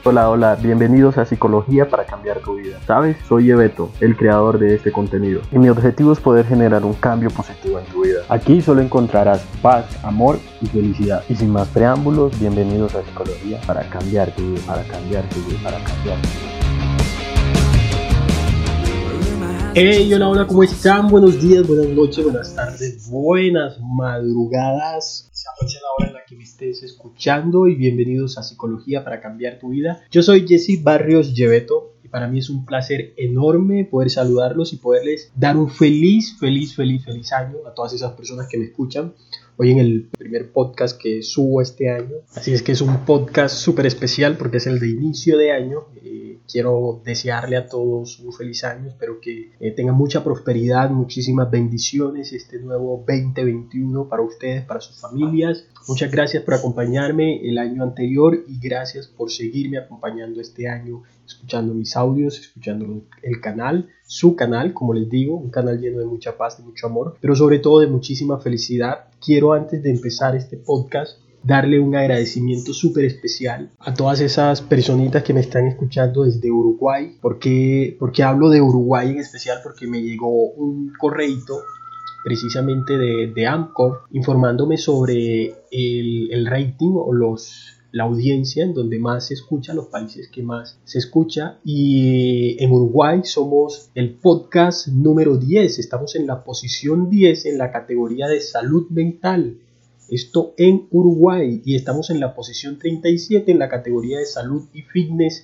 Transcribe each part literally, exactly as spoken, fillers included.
Hola, hola, bienvenidos a Psicología para cambiar tu vida. ¿Sabes? Soy Eveto, el creador de este contenido. Y mi objetivo es poder generar un cambio positivo en tu vida. Aquí solo encontrarás paz, amor y felicidad. Y sin más preámbulos, bienvenidos a Psicología para cambiar tu vida, para cambiar tu vida, para cambiar tu vida. Hey, hola, hola, ¿cómo están? Buenos días, buenas noches, buenas tardes, buenas madrugadas. Sea la hora en la que me estés escuchando y bienvenidos a Psicología para cambiar tu vida. Yo soy Jesse Barrios Lleveto y para mí es un placer enorme poder saludarlos y poderles dar un feliz, feliz, feliz, feliz año a todas esas personas que me escuchan. Hoy en el primer podcast que subo este año, así es que es un podcast súper especial porque es el de inicio de año. Eh, quiero desearle a todos un feliz año, espero que eh, tengan mucha prosperidad, muchísimas bendiciones este nuevo veinte veintiuno para ustedes, para sus familias. Muchas gracias por acompañarme el año anterior y gracias por seguirme acompañando este año, escuchando mis audios, escuchando el canal, su canal, como les digo, un canal lleno de mucha paz, de mucho amor, pero sobre todo de muchísima felicidad. Quiero, antes de empezar este podcast, darle un agradecimiento súper especial a todas esas personitas que me están escuchando desde Uruguay. ¿Por qué, por qué hablo de Uruguay en especial? Porque me llegó un correíto precisamente de, de Anchor informándome sobre el, el rating o los... la audiencia en donde más se escucha, los países que más se escucha, y en Uruguay somos el podcast número diez, estamos en la posición diez en la categoría de salud mental, esto en Uruguay, y estamos en la posición treinta y siete en la categoría de salud y fitness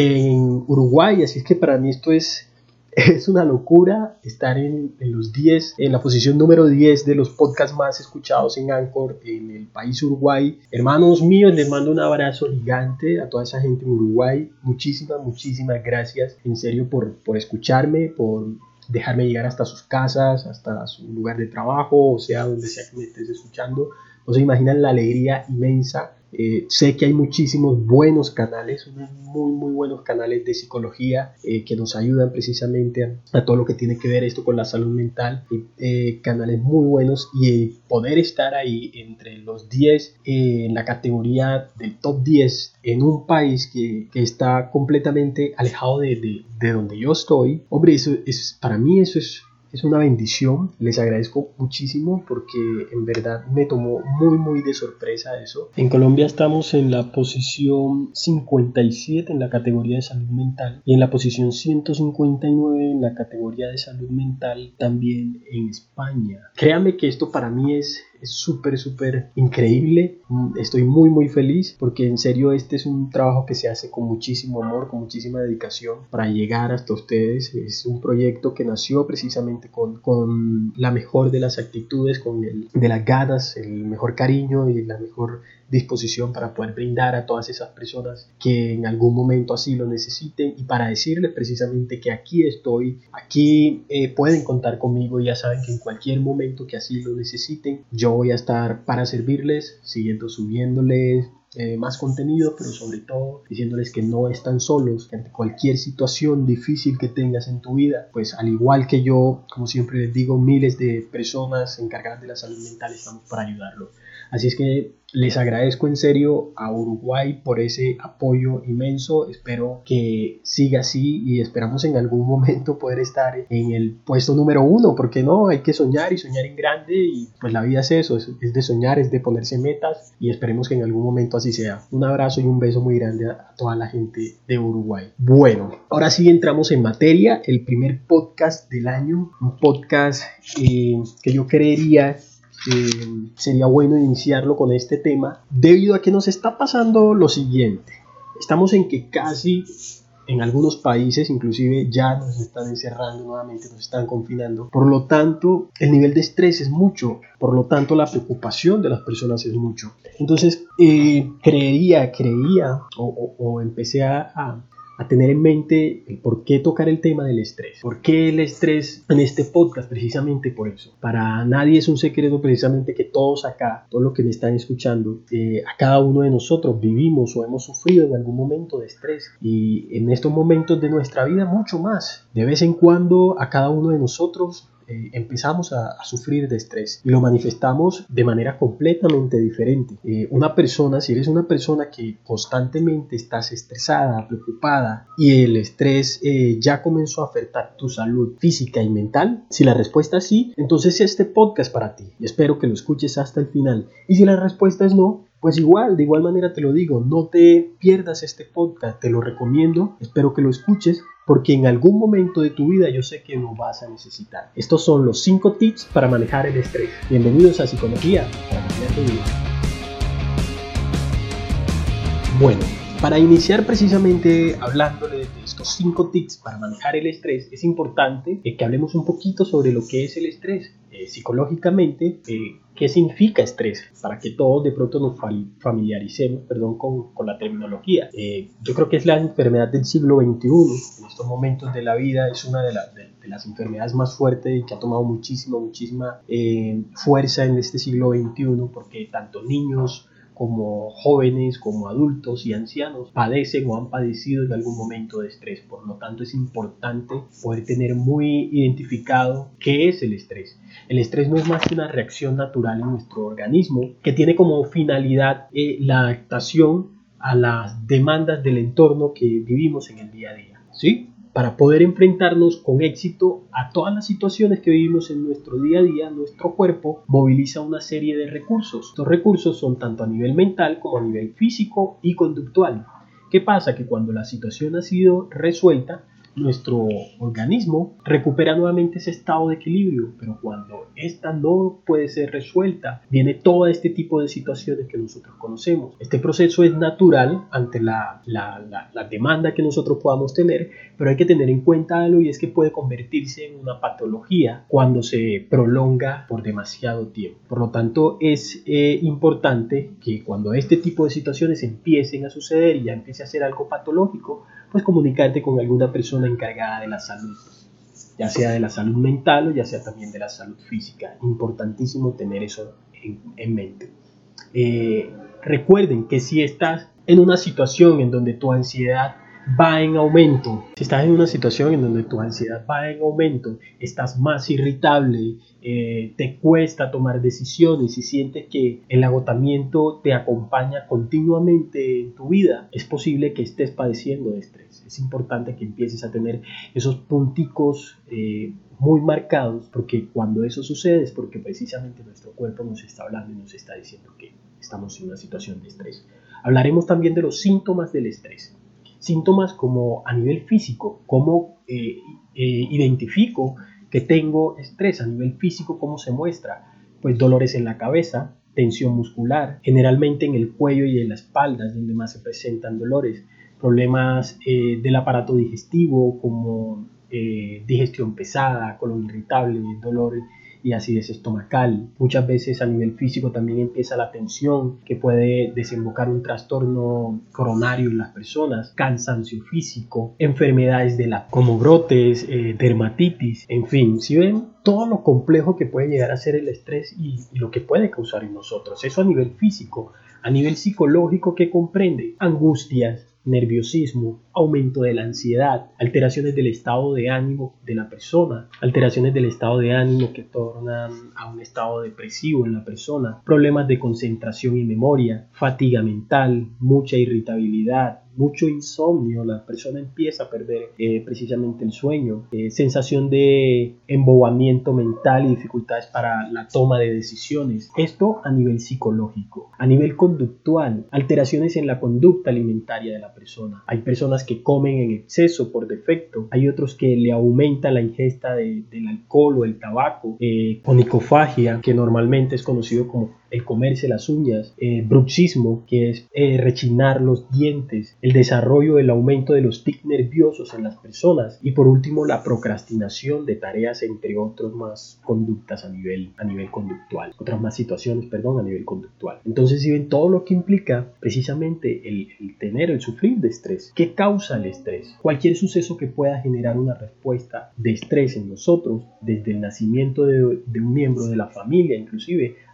en Uruguay, así es que para mí esto es Es una locura estar en, en los diez, en la posición número diez de los podcasts más escuchados en Anchor en el país Uruguay. Hermanos míos, les mando un abrazo gigante a toda esa gente en Uruguay. Muchísimas, muchísimas gracias en serio por, por escucharme, por dejarme llegar hasta sus casas, hasta su lugar de trabajo, o sea, donde sea que me estés escuchando. No se imaginan la alegría inmensa. Eh, sé que hay muchísimos buenos canales, unos muy muy buenos canales de psicología eh, que nos ayudan precisamente a, a todo lo que tiene que ver esto con la salud mental, eh, canales muy buenos, y eh, poder estar ahí entre los diez eh, en la categoría del top diez en un país que, que está completamente alejado de, de, de donde yo estoy, hombre, eso es, para mí eso es Es una bendición, les agradezco muchísimo porque en verdad me tomó muy muy de sorpresa eso. En Colombia estamos en la posición cincuenta y siete en la categoría de salud mental y en la posición ciento cincuenta y nueve en la categoría de salud mental también en España. Créanme que esto para mí es es súper súper increíble, estoy muy muy feliz porque en serio este es un trabajo que se hace con muchísimo amor, con muchísima dedicación para llegar hasta ustedes. Es un proyecto que nació precisamente con, con la mejor de las actitudes, con el de las ganas, el mejor cariño y la mejor disposición para poder brindar a todas esas personas que en algún momento así lo necesiten, y para decirles precisamente que aquí estoy, aquí eh, pueden contar conmigo. Ya saben que en cualquier momento que así lo necesiten, yo voy a estar para servirles, siguiendo subiéndoles Eh, más contenido, pero sobre todo diciéndoles que no están solos, que ante cualquier situación difícil que tengas en tu vida, pues al igual que yo, como siempre les digo, miles de personas encargadas de la salud mental estamos para ayudarlo. Así es que les agradezco en serio a Uruguay por ese apoyo inmenso, espero que siga así y esperamos en algún momento poder estar en el puesto número uno, porque no, hay que soñar y soñar en grande, y pues la vida es eso, es, es de soñar, es de ponerse metas, y esperemos que en algún momento así sea. Un abrazo y un beso muy grande a, a toda la gente de Uruguay. Bueno, ahora sí entramos en materia, el primer podcast del año, un podcast eh, que yo creería Eh, sería bueno iniciarlo con este tema debido a que nos está pasando lo siguiente. Estamos en que casi en algunos países inclusive ya nos están encerrando nuevamente, nos están confinando, por lo tanto el nivel de estrés es mucho, por lo tanto la preocupación de las personas es mucho. Entonces eh, creería, creía o, o, o empecé a, a a tener en mente el por qué tocar el tema del estrés. ¿Por qué el estrés en este podcast? Precisamente por eso. Para nadie es un secreto precisamente que todos acá, todos los que me están escuchando, eh, a cada uno de nosotros vivimos o hemos sufrido en algún momento de estrés, y en estos momentos de nuestra vida mucho más. De vez en cuando a cada uno de nosotros eh, empezamos a, a sufrir de estrés y lo manifestamos de manera completamente diferente. Eh, una persona, si eres una persona que constantemente estás estresada, preocupada y el estrés eh, ya comenzó a afectar tu salud física y mental, si la respuesta es sí, entonces este podcast es para ti y espero que lo escuches hasta el final. Y si la respuesta es no, pues igual, de igual manera te lo digo, no te pierdas este podcast, te lo recomiendo, espero que lo escuches porque en algún momento de tu vida yo sé que lo vas a necesitar. Estos son los cinco tips para manejar el estrés. Bienvenidos a Psicología para cambiar tu vida. Bueno, para iniciar precisamente hablándole de estos cinco tips para manejar el estrés, es importante que hablemos un poquito sobre lo que es el estrés. Eh, psicológicamente, eh, ¿qué significa estrés? Para que todos de pronto nos familiaricemos perdón, con, con la terminología. Eh, yo creo que es la enfermedad del siglo veintiuno. En estos momentos de la vida es una de, la, de, de las enfermedades más fuertes y que ha tomado muchísima, muchísima eh, fuerza en este siglo veintiuno, porque tanto niños como jóvenes, como adultos y ancianos padecen o han padecido en algún momento de estrés. Por lo tanto, es importante poder tener muy identificado qué es el estrés. El estrés no es más que una reacción natural en nuestro organismo que tiene como finalidad eh, la adaptación a las demandas del entorno que vivimos en el día a día, ¿sí? Para poder enfrentarnos con éxito a todas las situaciones que vivimos en nuestro día a día, nuestro cuerpo moviliza una serie de recursos. Estos recursos son tanto a nivel mental como a nivel físico y conductual. ¿Qué pasa? Que cuando la situación ha sido resuelta, nuestro organismo recupera nuevamente ese estado de equilibrio, pero cuando esta no puede ser resuelta, viene todo este tipo de situaciones que nosotros conocemos. Este proceso es natural ante la, la, la, la demanda que nosotros podamos tener, pero hay que tener en cuenta algo y es que puede convertirse en una patología cuando se prolonga por demasiado tiempo. Por lo tanto, es eh, importante que cuando este tipo de situaciones empiecen a suceder y ya empiece a ser algo patológico, pues comunicarte con alguna persona encargada de la salud, ya sea de la salud mental o ya sea también de la salud física. Importantísimo tener eso en, en mente. Eh, recuerden que si estás en una situación en donde tu ansiedad va en aumento, si estás en una situación en donde tu ansiedad va en aumento, estás más irritable, eh, te cuesta tomar decisiones y sientes que el agotamiento te acompaña continuamente en tu vida, es posible que estés padeciendo de estrés. Es importante que empieces a tener esos punticos eh, muy marcados, porque cuando eso sucede es porque precisamente nuestro cuerpo nos está hablando y nos está diciendo que estamos en una situación de estrés. Hablaremos también de los síntomas del estrés. Síntomas como a nivel físico, cómo eh, eh, identifico que tengo estrés a nivel físico, cómo se muestra, pues dolores en la cabeza, tensión muscular, generalmente en el cuello y en la espalda es donde más se presentan dolores, problemas eh, del aparato digestivo como eh, digestión pesada, colon irritable, dolor y acidez estomacal. Muchas veces a nivel físico también empieza la tensión que puede desembocar un trastorno coronario en las personas, cansancio físico, enfermedades de la como brotes, eh, dermatitis, en fin, si ven todo lo complejo que puede llegar a ser el estrés y, y lo que puede causar en nosotros. Eso a nivel físico. A nivel psicológico, ¿qué comprende? Angustias, nerviosismo, aumento de la ansiedad, alteraciones del estado de ánimo de la persona, alteraciones del estado de ánimo que tornan a un estado depresivo en la persona, problemas de concentración y memoria, fatiga mental, mucha irritabilidad, mucho insomnio, la persona empieza a perder eh, precisamente el sueño, eh, sensación de embobamiento mental y dificultades para la toma de decisiones. Esto a nivel psicológico. A nivel conductual, alteraciones en la conducta alimentaria de la persona. Hay personas que comen en exceso por defecto, hay otros que le aumenta la ingesta de, del alcohol o el tabaco, eh, onicofagia, que normalmente es conocido como el comerse las uñas, eh, bruxismo, que es eh, rechinar los dientes, el desarrollo, el aumento de los tics nerviosos en las personas y por último la procrastinación de tareas, entre otras más conductas a nivel, a nivel conductual, otras más situaciones, perdón, a nivel conductual. Entonces, si ven todo lo que implica precisamente el, el tener, el sufrir de estrés. ¿Qué causa el estrés? Cualquier suceso que pueda generar una respuesta de estrés en nosotros, desde el nacimiento de, de un miembro de la familia, inclusive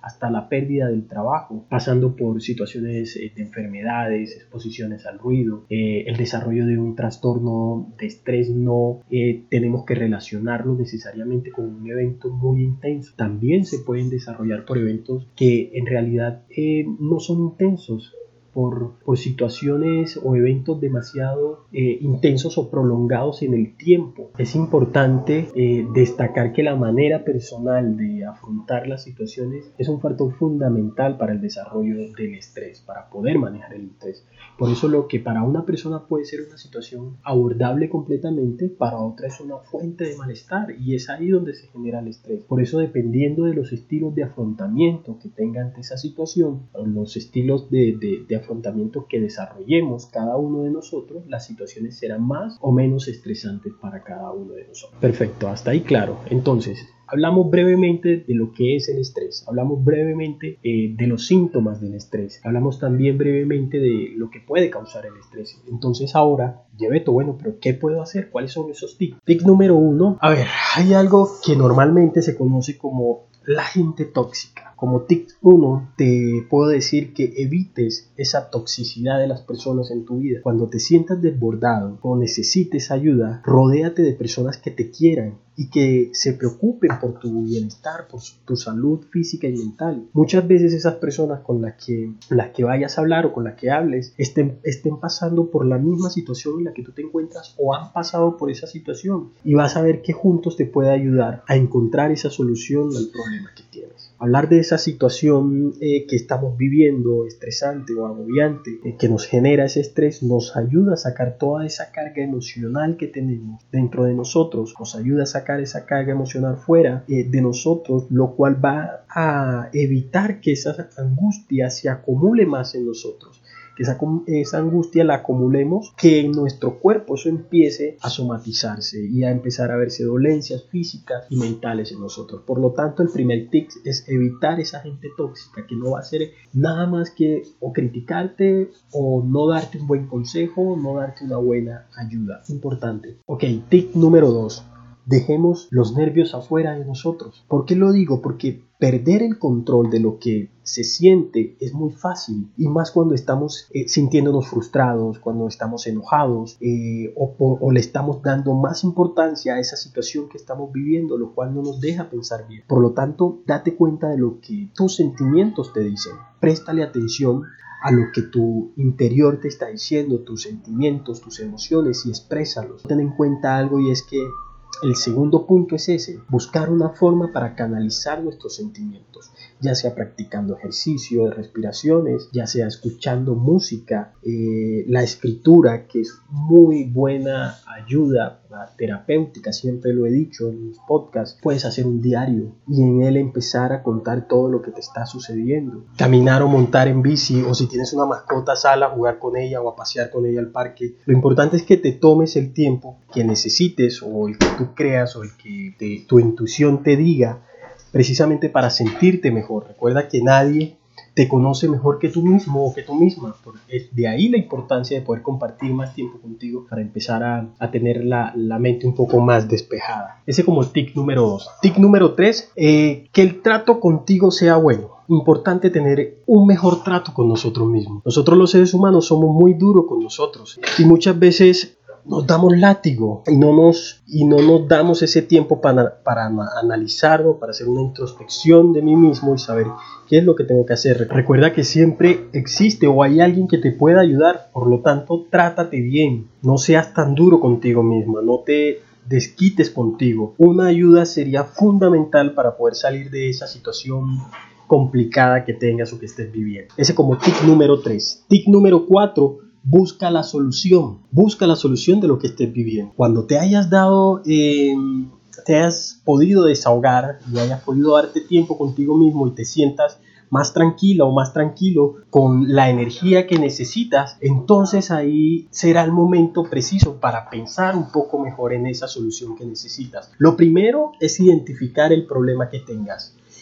hasta la pérdida del trabajo, pasando por situaciones eh, de enfermedades, exposiciones al ruido, eh, el desarrollo de un trastorno de estrés. No eh, tenemos que relacionarlo necesariamente con un evento muy intenso. También se pueden desarrollar por eventos que en realidad eh, no son intensos, Por, por situaciones o eventos demasiado eh, intensos o prolongados en el tiempo. Es importante eh, destacar que la manera personal de afrontar las situaciones es un factor fundamental para el desarrollo del estrés, para poder manejar el estrés. Por eso lo que para una persona puede ser una situación abordable completamente, para otra es una fuente de malestar, y es ahí donde se genera el estrés. Por eso, dependiendo de los estilos de afrontamiento que tenga ante esa situación, los estilos de, de, de afrontamiento que desarrollemos cada uno de nosotros, las situaciones serán más o menos estresantes para cada uno de nosotros. Perfecto, hasta ahí claro. Entonces, hablamos brevemente de lo que es el estrés, hablamos brevemente eh, de los síntomas del estrés, hablamos también brevemente de lo que puede causar el estrés. Entonces ahora, Yebeto, bueno, pero ¿qué puedo hacer? ¿Cuáles son esos tips? Tip número uno, a ver, hay algo que normalmente se conoce como la gente tóxica. Como tip uno, te puedo decir que evites esa toxicidad de las personas en tu vida. Cuando te sientas desbordado o necesites ayuda, rodéate de personas que te quieran y que se preocupen por tu bienestar, por tu salud física y mental. Muchas veces esas personas con las que, las que vayas a hablar o con las que hables estén, estén pasando por la misma situación en la que tú te encuentras o han pasado por esa situación, y vas a ver que juntos te puede ayudar a encontrar esa solución al problema que tienes. Hablar de esa situación eh, que estamos viviendo, estresante o agobiante, eh, que nos genera ese estrés, nos ayuda a sacar toda esa carga emocional que tenemos dentro de nosotros, nos ayuda a sacar esa carga emocional fuera eh, de nosotros, lo cual va a evitar que esa angustia se acumule más en nosotros. Que esa, esa angustia la acumulemos, que en nuestro cuerpo eso empiece a somatizarse y a empezar a verse dolencias físicas y mentales en nosotros. Por lo tanto, el primer tip es evitar esa gente tóxica que no va a hacer nada más que o criticarte o no darte un buen consejo, no darte una buena ayuda. Importante. Ok, tip número dos. Dejemos los nervios afuera de nosotros. ¿Por qué lo digo? Porque perder el control de lo que se siente es muy fácil, y más cuando estamos eh, sintiéndonos frustrados, cuando estamos enojados eh, o, o, o le estamos dando más importancia a esa situación que estamos viviendo, lo cual no nos deja pensar bien. Por lo tanto, date cuenta de lo que tus sentimientos te dicen. Préstale atención a lo que tu interior te está diciendo, tus sentimientos, tus emociones, y exprésalos. Ten en cuenta algo, y es que el segundo punto es ese: buscar una forma para canalizar nuestros sentimientos, ya sea practicando ejercicio de respiraciones, ya sea escuchando música, eh, la escritura, que es muy buena ayuda terapéutica, siempre lo he dicho en mis podcasts. Puedes hacer un diario y en él empezar a contar todo lo que te está sucediendo. Caminar o montar en bici, o si tienes una mascota, sal a jugar con ella o a pasear con ella al parque. Lo importante es que te tomes el tiempo que necesites, o el que tú creas, o el que te, tu intuición te diga, precisamente para sentirte mejor. Recuerda que nadie te conoce mejor que tú mismo o que tú misma. De ahí la importancia de poder compartir más tiempo contigo para empezar a, a tener la, la mente un poco más despejada. Ese como tic número dos. Tic número tres, eh, que el trato contigo sea bueno. Importante tener un mejor trato con nosotros mismos. Nosotros los seres humanos somos muy duros con nosotros, y muchas veces nos damos látigo y no nos, y no nos damos ese tiempo para, para analizarlo, para hacer una introspección de mí mismo y saber qué es lo que tengo que hacer. Recuerda que siempre existe o hay alguien que te pueda ayudar. Por lo tanto, trátate bien, no seas tan duro contigo misma, no te desquites contigo. Una ayuda sería fundamental para poder salir de esa situación complicada que tengas o que estés viviendo. Ese como tic número tres. Tic número cuatro. Busca la solución, busca la solución de lo que estés viviendo. Cuando te hayas dado, eh, te hayas podido desahogar y hayas podido darte tiempo contigo mismo y te sientas más tranquila o más tranquilo con la energía que necesitas, entonces ahí será el momento preciso para pensar un poco mejor en esa solución que necesitas. Lo primero es identificar el problema que tengas.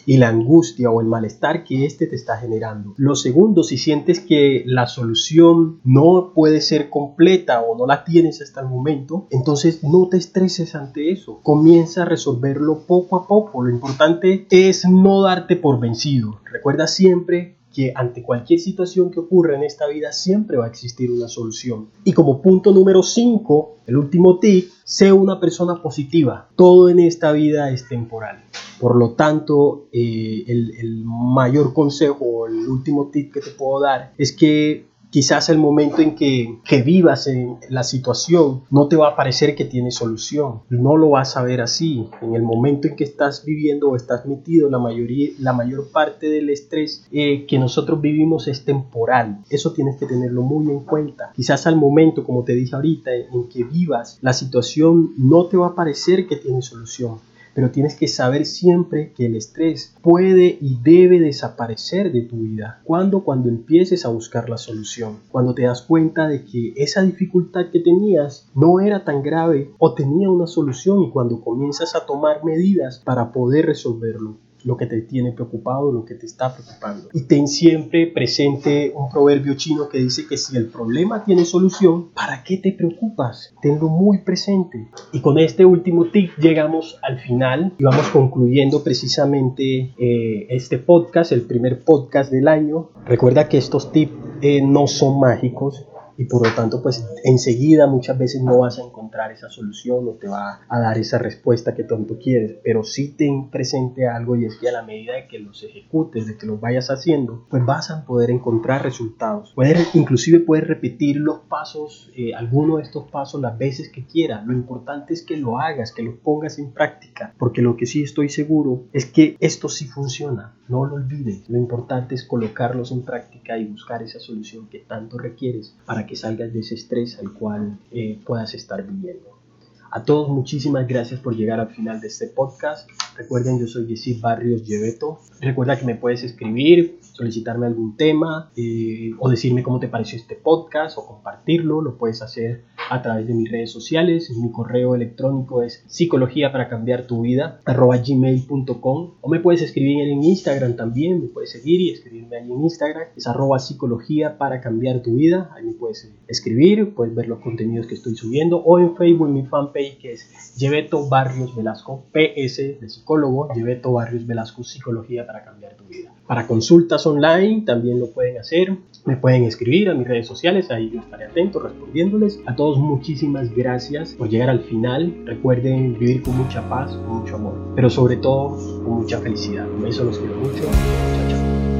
y la angustia o el malestar que este te está generando. Lo segundo, si sientes que la solución no puede ser completa o no la tienes hasta el momento, entonces no te estreses ante eso. Comienza a resolverlo poco a poco. Lo importante es no darte por vencido. Recuerda siempre que ante cualquier situación que ocurra en esta vida siempre va a existir una solución. Y como punto número cinco, el último tip, sé una persona positiva. Todo en esta vida es temporal. Por lo tanto, eh, el, el mayor consejo o el último tip que te puedo dar es que quizás el momento en que, que vivas en la situación no te va a parecer que tiene solución. No lo vas a ver así. En el momento en que estás viviendo o estás metido, la, mayoría, la mayor parte del estrés eh, que nosotros vivimos es temporal. Eso tienes que tenerlo muy en cuenta. Quizás al momento, como te dije ahorita, en que vivas la situación no te va a parecer que tiene solución. Pero tienes que saber siempre que el estrés puede y debe desaparecer de tu vida. ¿Cuándo? Cuando empieces a buscar la solución. Cuando te das cuenta de que esa dificultad que tenías no era tan grave o tenía una solución, y cuando comienzas a tomar medidas para poder resolverlo. Lo que te tiene preocupado, lo que te está preocupando. Y ten siempre presente un proverbio chino que dice que si el problema tiene solución, ¿para qué te preocupas? Tenlo muy presente. Y con este último tip llegamos al final y vamos concluyendo precisamente eh, este podcast, el primer podcast del año. Recuerda que estos tips eh, no son mágicos. Y por lo tanto, pues enseguida muchas veces no vas a encontrar esa solución o te va a dar esa respuesta que tanto quieres. Pero sí ten presente algo, y es que a la medida de que los ejecutes, de que los vayas haciendo, pues vas a poder encontrar resultados. Puedes, inclusive puedes repetir los pasos, eh, alguno de estos pasos las veces que quieras. Lo importante es que lo hagas, que lo pongas en práctica. Porque lo que sí estoy seguro es que esto sí funciona. No lo olvides. Lo importante es colocarlos en práctica y buscar esa solución que tanto requieres para que salgas de ese estrés al cual eh, puedas estar viviendo. A todos, muchísimas gracias por llegar al final de este podcast. Recuerden, yo soy Yesid Barrios Lleveto. Recuerda que me puedes escribir, solicitarme algún tema eh, o decirme cómo te pareció este podcast o compartirlo. Lo puedes hacer a través de mis redes sociales. Mi correo electrónico es psicología para cambiar tu vida arroba gmail punto com, o me puedes escribir en Instagram también. Me puedes seguir y escribirme ahí en Instagram. Es arroba psicología para cambiar tu vida. Ahí me puedes escribir, puedes ver los contenidos que estoy subiendo, o en Facebook, en mi fanpage, que es Lleveto Barrios Velasco, P S de psicólogo, Lleveto Barrios Velasco, psicología para cambiar tu vida. Para consultas online también lo pueden hacer, me pueden escribir a mis redes sociales, ahí yo estaré atento respondiéndoles. A todos, muchísimas gracias por llegar al final. Recuerden vivir con mucha paz, con mucho amor, pero sobre todo con mucha felicidad. Eso los quiero mucho. Chao, chao.